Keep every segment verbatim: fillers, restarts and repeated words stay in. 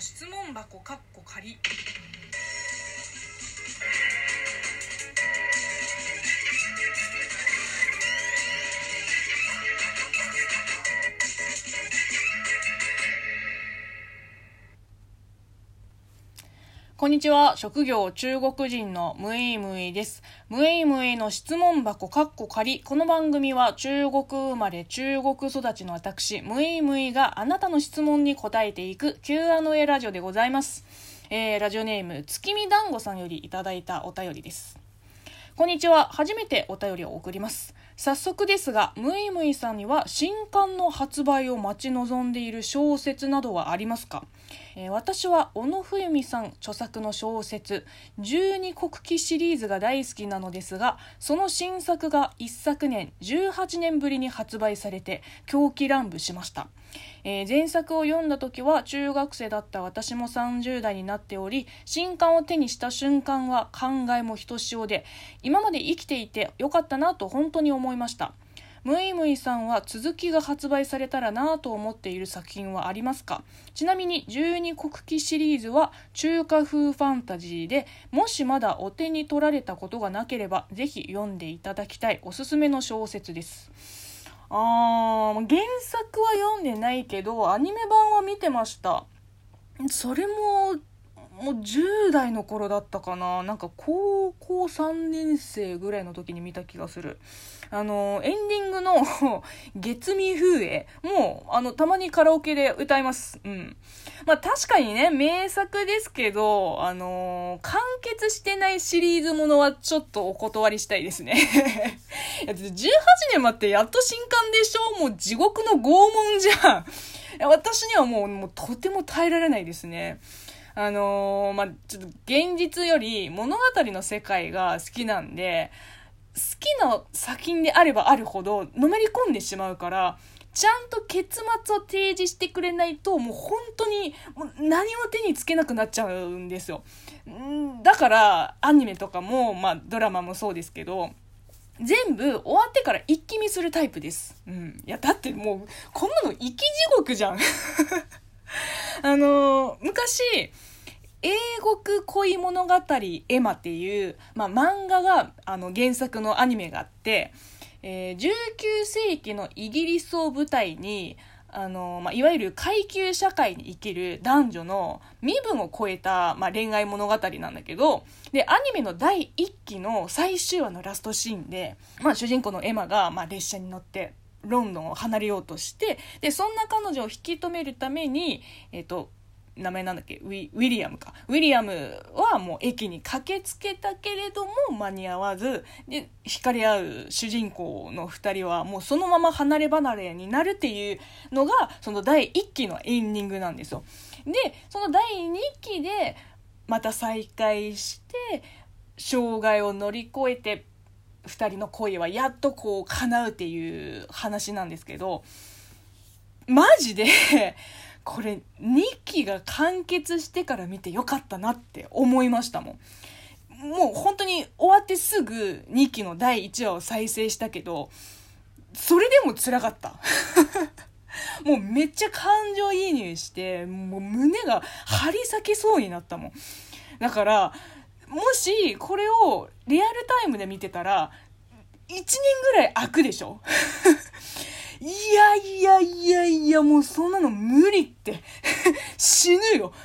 質問箱かっこ仮。 こんにちは。職業中国人のムイムイです。ムイムイの質問箱かっこ仮。この番組は中国生まれ中国育ちの私ムイムイがあなたの質問に答えていく キューアンドエー ラジオでございます。えー、ラジオネーム月見団子さんよりいただいたお便りです。こんにちは。初めてお便りを送ります。早速ですが、ムイムイさんには新刊の発売を待ち望んでいる小説などはありますか？えー、私は小野冬美さん著作の小説十二国旗シリーズが大好きなのですが、その新作が一昨年じゅうはちねんぶりに発売されて狂喜乱舞しました。えー、前作を読んだ時は中学生だった私もさんじゅう代になっており、新刊を手にした瞬間は感慨もひとしおで、今まで生きていてよかったなと本当に思いました。ムイムイさんは続きが発売されたらなと思っている作品はありますか？ちなみに十二国旗シリーズは中華風ファンタジーで、もしまだお手に取られたことがなければぜひ読んでいただきたいおすすめの小説です。あー、原作は読んでないけどアニメ版は見てました。それももうじゅう代の頃だったかな。なんか高校さんねん生ぐらいの時に見た気がする。あのエンディングの月見風営もうあのたまにカラオケで歌います。うん。まあ確かにね名作ですけど、あのー、完結してないシリーズものはちょっとお断りしたいですね。いやじゅうはちねん待ってやっと新刊でしょ。もう地獄の拷問じゃん。私にはもう、もうとても耐えられないですね。あのー、まあ、ちょっと現実より物語の世界が好きなんで、好きな作品であればあるほどのめり込んでしまうから、ちゃんと結末を提示してくれないともう本当にもう何も手につけなくなっちゃうんですよ。んだからアニメとかも、まあ、ドラマもそうですけど、全部終わってから一気見するタイプです。うん。いやだってもうこんなの生き地獄じゃん。あのー、昔英国恋物語エマっていう、まあ、漫画があの原作のアニメがあって、えー、じゅうきゅう世紀のイギリスを舞台にあの、まあ、いわゆる階級社会に生きる男女の身分を超えた、まあ、恋愛物語なんだけど、でアニメのだいいっきの最終話のラストシーンで、まあ、主人公のエマが、まあ、列車に乗ってロンドンを離れようとして、でそんな彼女を引き止めるために、えっと名前なんだっけ、ウィ、ウィリアムか。ウィリアムはもう駅に駆けつけたけれども間に合わず、で、惹かれ合う主人公の二人はもうそのまま離れ離れになるっていうのが、そのだいいっきのエンディングなんですよ。で、そのだいにきでまた再会して、障害を乗り越えて、二人の恋はやっとこう叶うっていう話なんですけど、マジで、これにきが完結してから見てよかったなって思いましたもん。もう本当に終わってすぐにきのだいいちわを再生したけど、それでも辛かった。もうめっちゃ感情移入して、もう胸が張り裂けそうになったもん。だからもしこれをリアルタイムで見てたらいちねんぐらい空くでしょ。いやいやいやいや、もうそんなの無理って死ぬよ。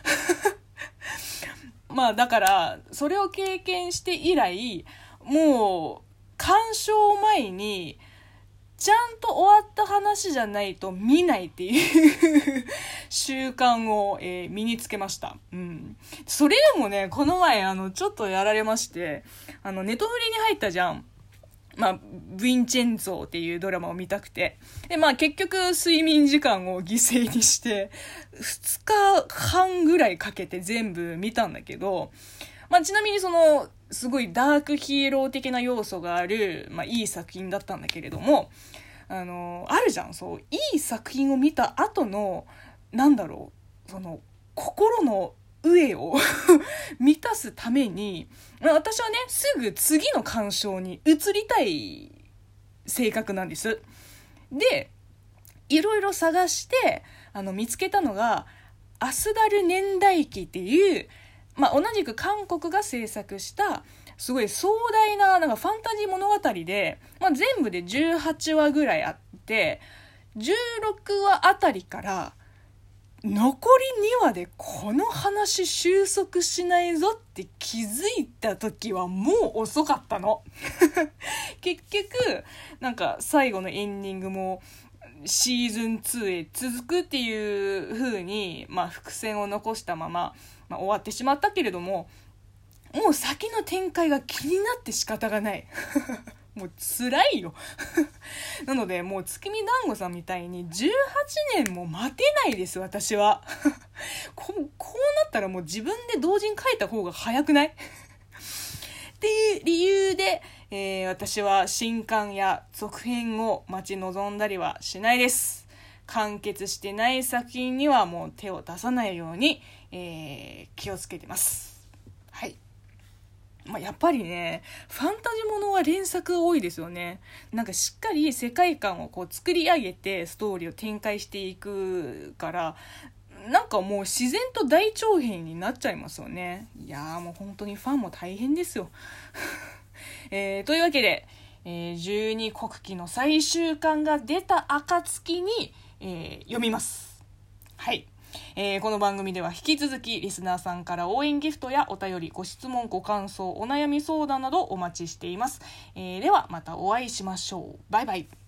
まあだからそれを経験して以来、もう鑑賞前にちゃんと終わった話じゃないと見ないっていう習慣を、えー、身につけました。うん。それでもね、この前あのちょっとやられまして、あのネトフリに入ったじゃん。まあ、ヴィンチェンゾーっていうドラマを見たくて。で、まあ結局睡眠時間を犠牲にして、ふつかはんぐらいかけて全部見たんだけど、まあちなみにその、すごいダークヒーロー的な要素がある、まあいい作品だったんだけれども、あの、あるじゃん、そう、いい作品を見た後の、なんだろう、その、心の上を満たすために、私はねすぐ次の鑑賞に移りたい性格なんです。でいろいろ探してあの見つけたのがアスダル年代記っていう、まあ、同じく韓国が制作したすごい壮大な、なんかファンタジー物語で、まあ、全部でじゅうはちわぐらいあって、じゅうろくわあたりから残りにわでこの話収束しないぞって気づいた時はもう遅かったの結局なんか最後のエンディングもシーズンツーへ続くっていう風に、まあ、伏線を残したまま、まあ、終わってしまったけれども、もう先の展開が気になって仕方がないもう辛いよなのでもう月見団子さんみたいにじゅうはちねんも待てないです私はこ, こうなったらもう自分で同時に書いた方が早くないっていう理由で、えー、私は新刊や続編を待ち望んだりはしないです。完結してない作品にはもう手を出さないように、えー、気をつけてます。はい。まあ、やっぱりね、ファンタジーものは連作が多いですよね。なんかしっかり世界観をこう作り上げてストーリーを展開していくから、なんかもう自然と大長編になっちゃいますよね。いやーもう本当にファンも大変ですよ。えー、というわけで、えー、じゅうに国旗の最終巻が出た暁に、えー、読みます。はい。えー、この番組では引き続きリスナーさんから応援ギフトやお便り、ご質問、ご感想、お悩み相談などお待ちしています。えー、ではまたお会いしましょう。バイバイ。